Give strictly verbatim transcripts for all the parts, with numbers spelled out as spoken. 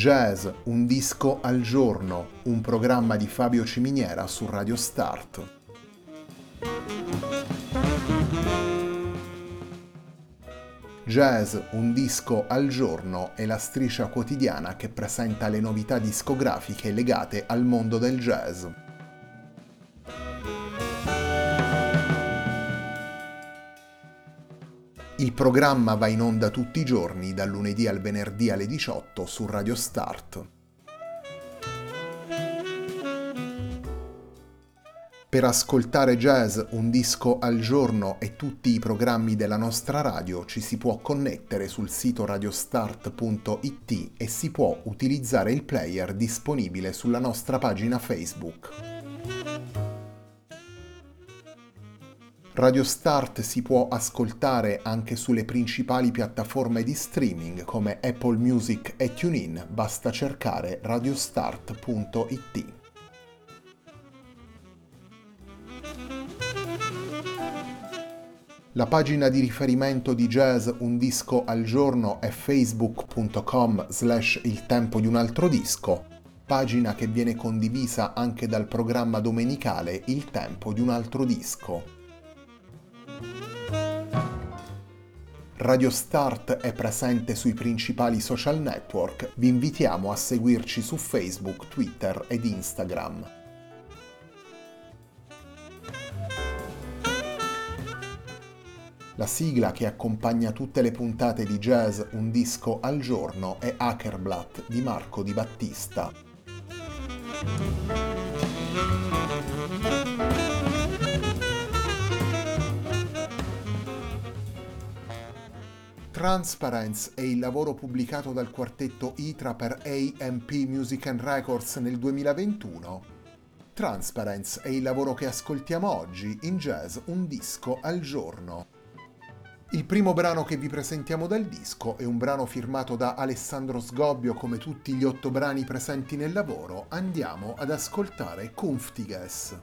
Jazz, un disco al giorno, un programma di Fabio Ciminiera su Radio Start. Jazz, un disco al giorno è la striscia quotidiana che presenta le novità discografiche legate al mondo del jazz. Il programma va in onda tutti i giorni, dal lunedì al venerdì alle diciotto su Radio Start. Per ascoltare Jazz, un disco al giorno e tutti i programmi della nostra radio ci si può connettere sul sito radiostart punto it e si può utilizzare il player disponibile sulla nostra pagina Facebook. Radio Start si può ascoltare anche sulle principali piattaforme di streaming come Apple Music e TuneIn, basta cercare radiostart punto it. La pagina di riferimento di Jazz Un Disco al Giorno è facebook punto com slash il tempo di un altro disco, pagina che viene condivisa anche dal programma domenicale Il tempo di un altro disco. Radio Start è presente sui principali social network, vi invitiamo a seguirci su Facebook, Twitter ed Instagram. La sigla che accompagna tutte le puntate di Jazz Un Disco al Giorno è Hackerblatt di Marco Di Battista. Transparence è il lavoro pubblicato dal quartetto I T R A per A M P Music and Records nel duemilaventuno. Transparence è il lavoro che ascoltiamo oggi in Jazz Un Disco al Giorno. Il primo brano che vi presentiamo dal disco è un brano firmato da Alessandro Sgobbio come tutti gli otto brani presenti nel lavoro. Andiamo ad ascoltare Künftiges.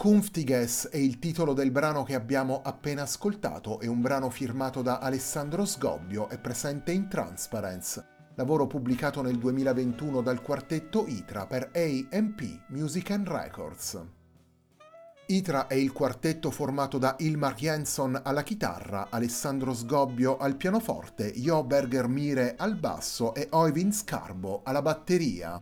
Künftiges è il titolo del brano che abbiamo appena ascoltato, è un brano firmato da Alessandro Sgobbio e presente in Transparence, lavoro pubblicato nel duemilaventuno dal quartetto ITRA per A and P Music and Records. ITRA è il quartetto formato da Ilmar Jensson alla chitarra, Alessandro Sgobbio al pianoforte, Jo Berger Mire al basso e Oyvind Skarbo alla batteria.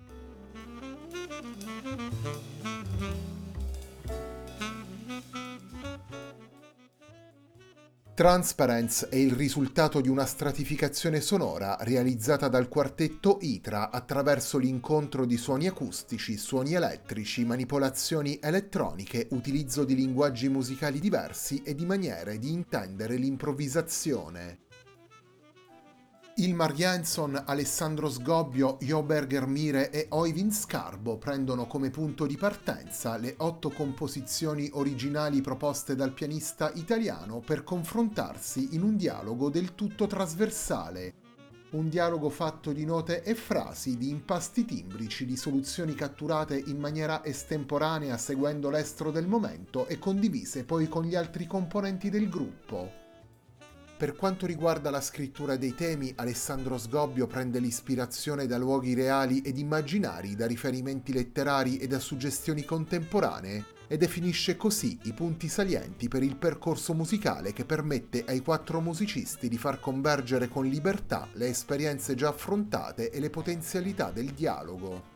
Transparence è il risultato di una stratificazione sonora realizzata dal quartetto ITRA attraverso l'incontro di suoni acustici, suoni elettrici, manipolazioni elettroniche, utilizzo di linguaggi musicali diversi e di maniere di intendere l'improvvisazione. Ilmar Jensson, Alessandro Sgobbio, Jo Berger Mire e Oyvind Skarbo prendono come punto di partenza le otto composizioni originali proposte dal pianista italiano per confrontarsi in un dialogo del tutto trasversale. Un dialogo fatto di note e frasi, di impasti timbrici, di soluzioni catturate in maniera estemporanea seguendo l'estro del momento e condivise poi con gli altri componenti del gruppo. Per quanto riguarda la scrittura dei temi, Alessandro Sgobbio prende l'ispirazione da luoghi reali ed immaginari, da riferimenti letterari e da suggestioni contemporanee e definisce così i punti salienti per il percorso musicale che permette ai quattro musicisti di far convergere con libertà le esperienze già affrontate e le potenzialità del dialogo.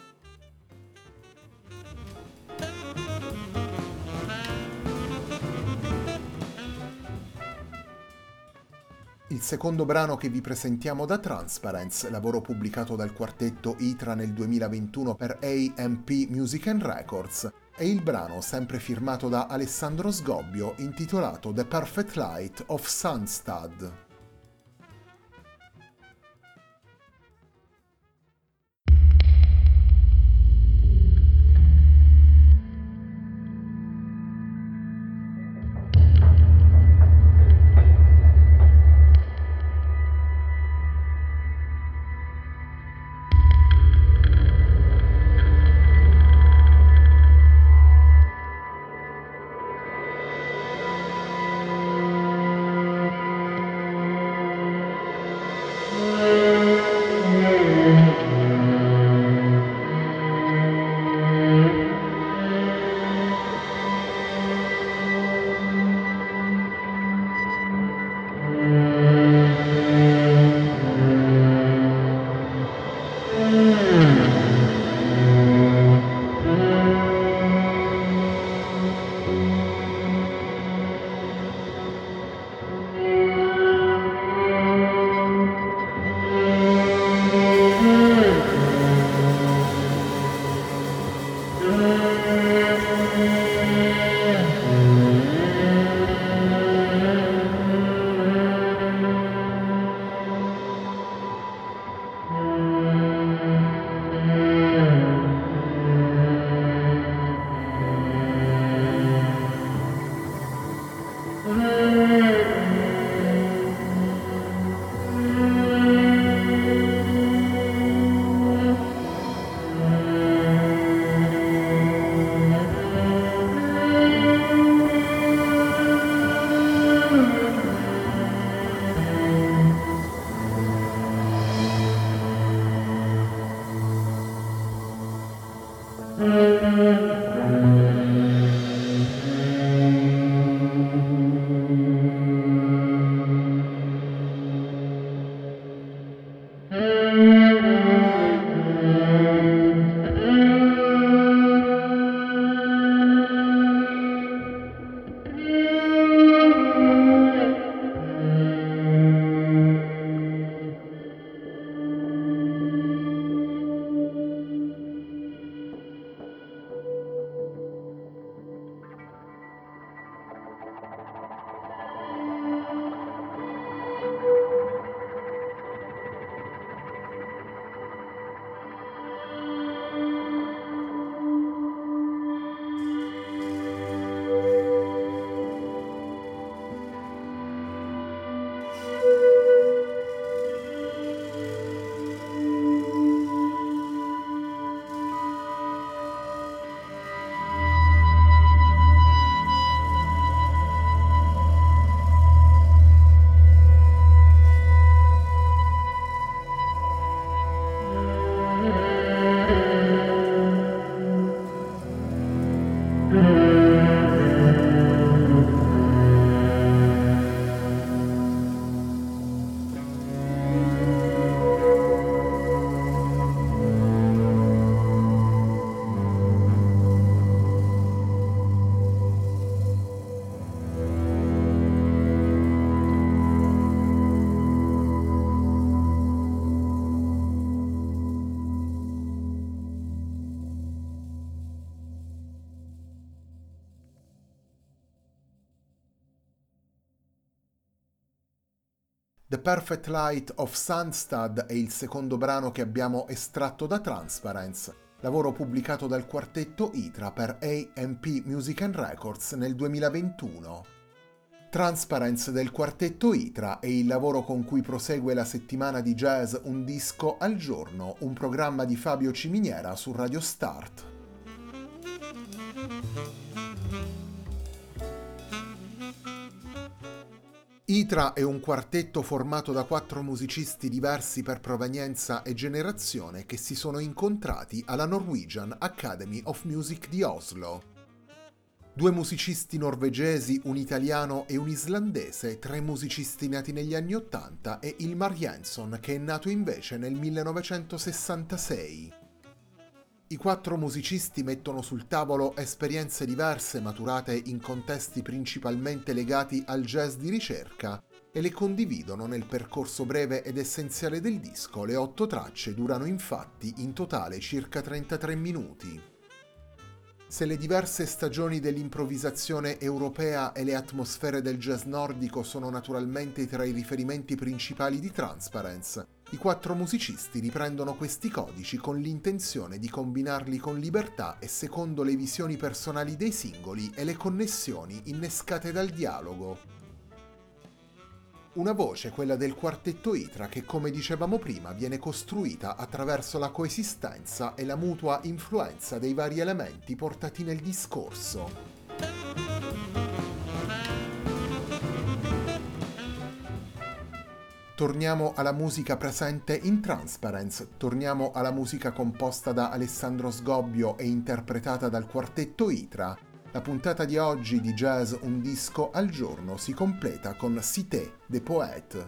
Il secondo brano che vi presentiamo da Transparence, lavoro pubblicato dal quartetto ITRA nel duemilaventuno per A and P Music and Records, è il brano sempre firmato da Alessandro Sgobbio intitolato The Perfect Light of Sandstad. The Perfect Light of Sandstad è il secondo brano che abbiamo estratto da Transparence, lavoro pubblicato dal quartetto ITRA per A and P Music and Records nel duemilaventuno. Transparence del quartetto ITRA è il lavoro con cui prosegue la settimana di jazz Un disco al giorno, un programma di Fabio Ciminiera su Radio Start. ITRA è un quartetto formato da quattro musicisti diversi per provenienza e generazione che si sono incontrati alla Norwegian Academy of Music di Oslo. Due musicisti norvegesi, un italiano e un islandese, tre musicisti nati negli anni Ottanta e Ilmar Jensson che è nato invece nel millenovecentosessantasei. I quattro musicisti mettono sul tavolo esperienze diverse maturate in contesti principalmente legati al jazz di ricerca e le condividono nel percorso breve ed essenziale del disco. Le otto tracce durano infatti in totale circa trentatré minuti. Se le diverse stagioni dell'improvvisazione europea e le atmosfere del jazz nordico sono naturalmente tra i riferimenti principali di Transparence, i quattro musicisti riprendono questi codici con l'intenzione di combinarli con libertà e secondo le visioni personali dei singoli e le connessioni innescate dal dialogo. Una voce, quella del quartetto ITRA, che come dicevamo prima viene costruita attraverso la coesistenza e la mutua influenza dei vari elementi portati nel discorso. Torniamo alla musica presente in Transparence, torniamo alla musica composta da Alessandro Sgobbio e interpretata dal quartetto ITRA. La puntata di oggi di Jazz Un disco al giorno si completa con Cité des Poètes.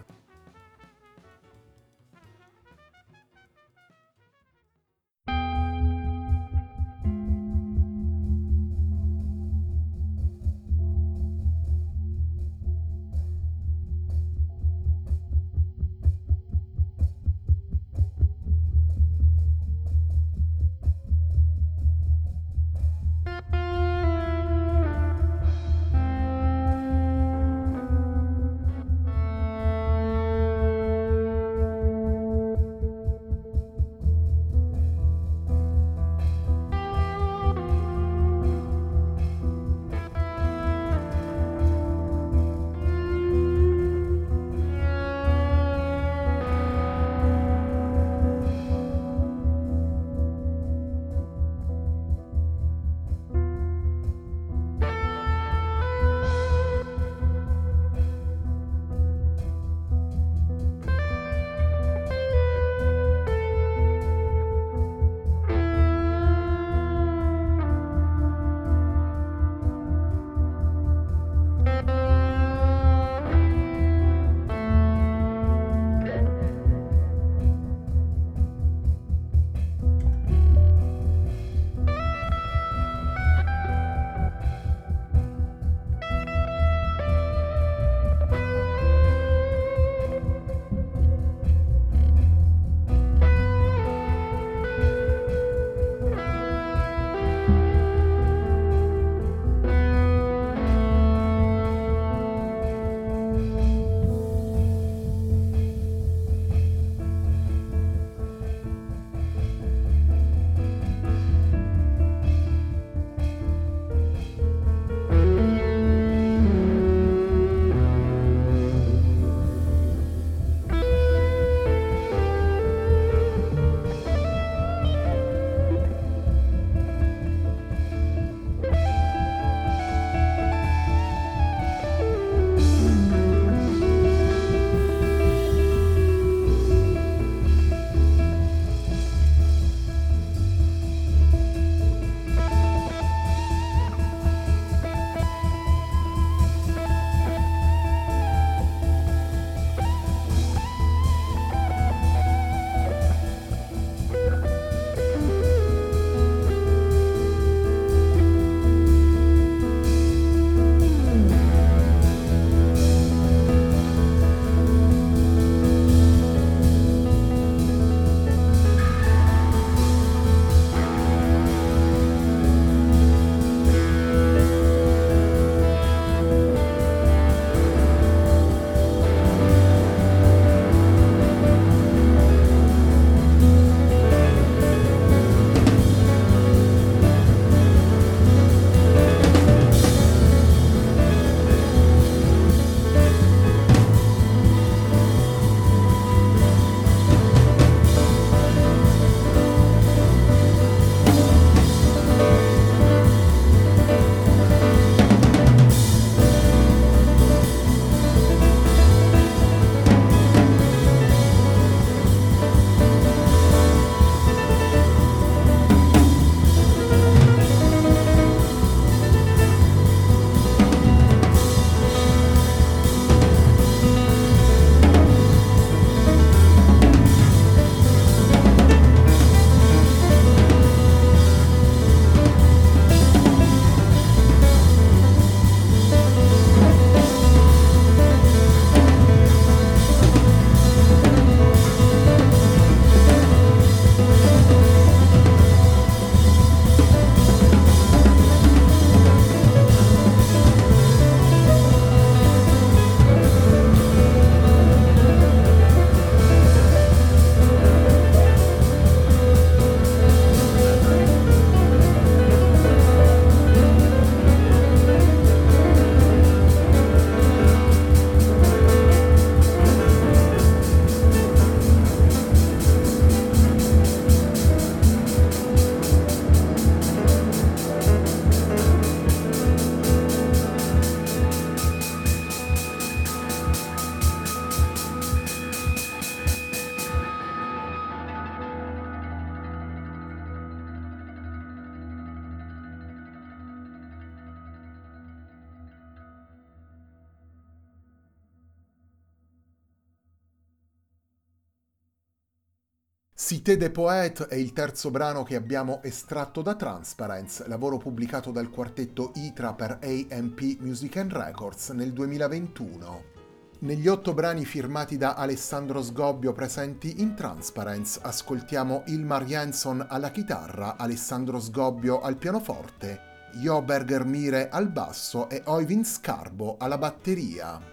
Cité des Poètes è il terzo brano che abbiamo estratto da Transparence, lavoro pubblicato dal quartetto ITRA per A and P Music and Records nel duemilaventuno. Negli otto brani firmati da Alessandro Sgobbio presenti in Transparence ascoltiamo Ilmar Jensson alla chitarra, Alessandro Sgobbio al pianoforte, Jo Berger Mire al basso e Oyvind Scarbo alla batteria.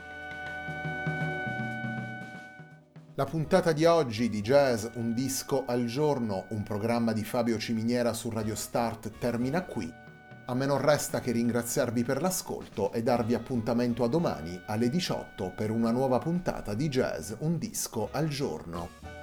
La puntata di oggi di Jazz Un disco al giorno, un programma di Fabio Ciminiera su Radio Start, termina qui. A me non resta che ringraziarvi per l'ascolto e darvi appuntamento a domani alle diciotto per una nuova puntata di Jazz Un disco al giorno.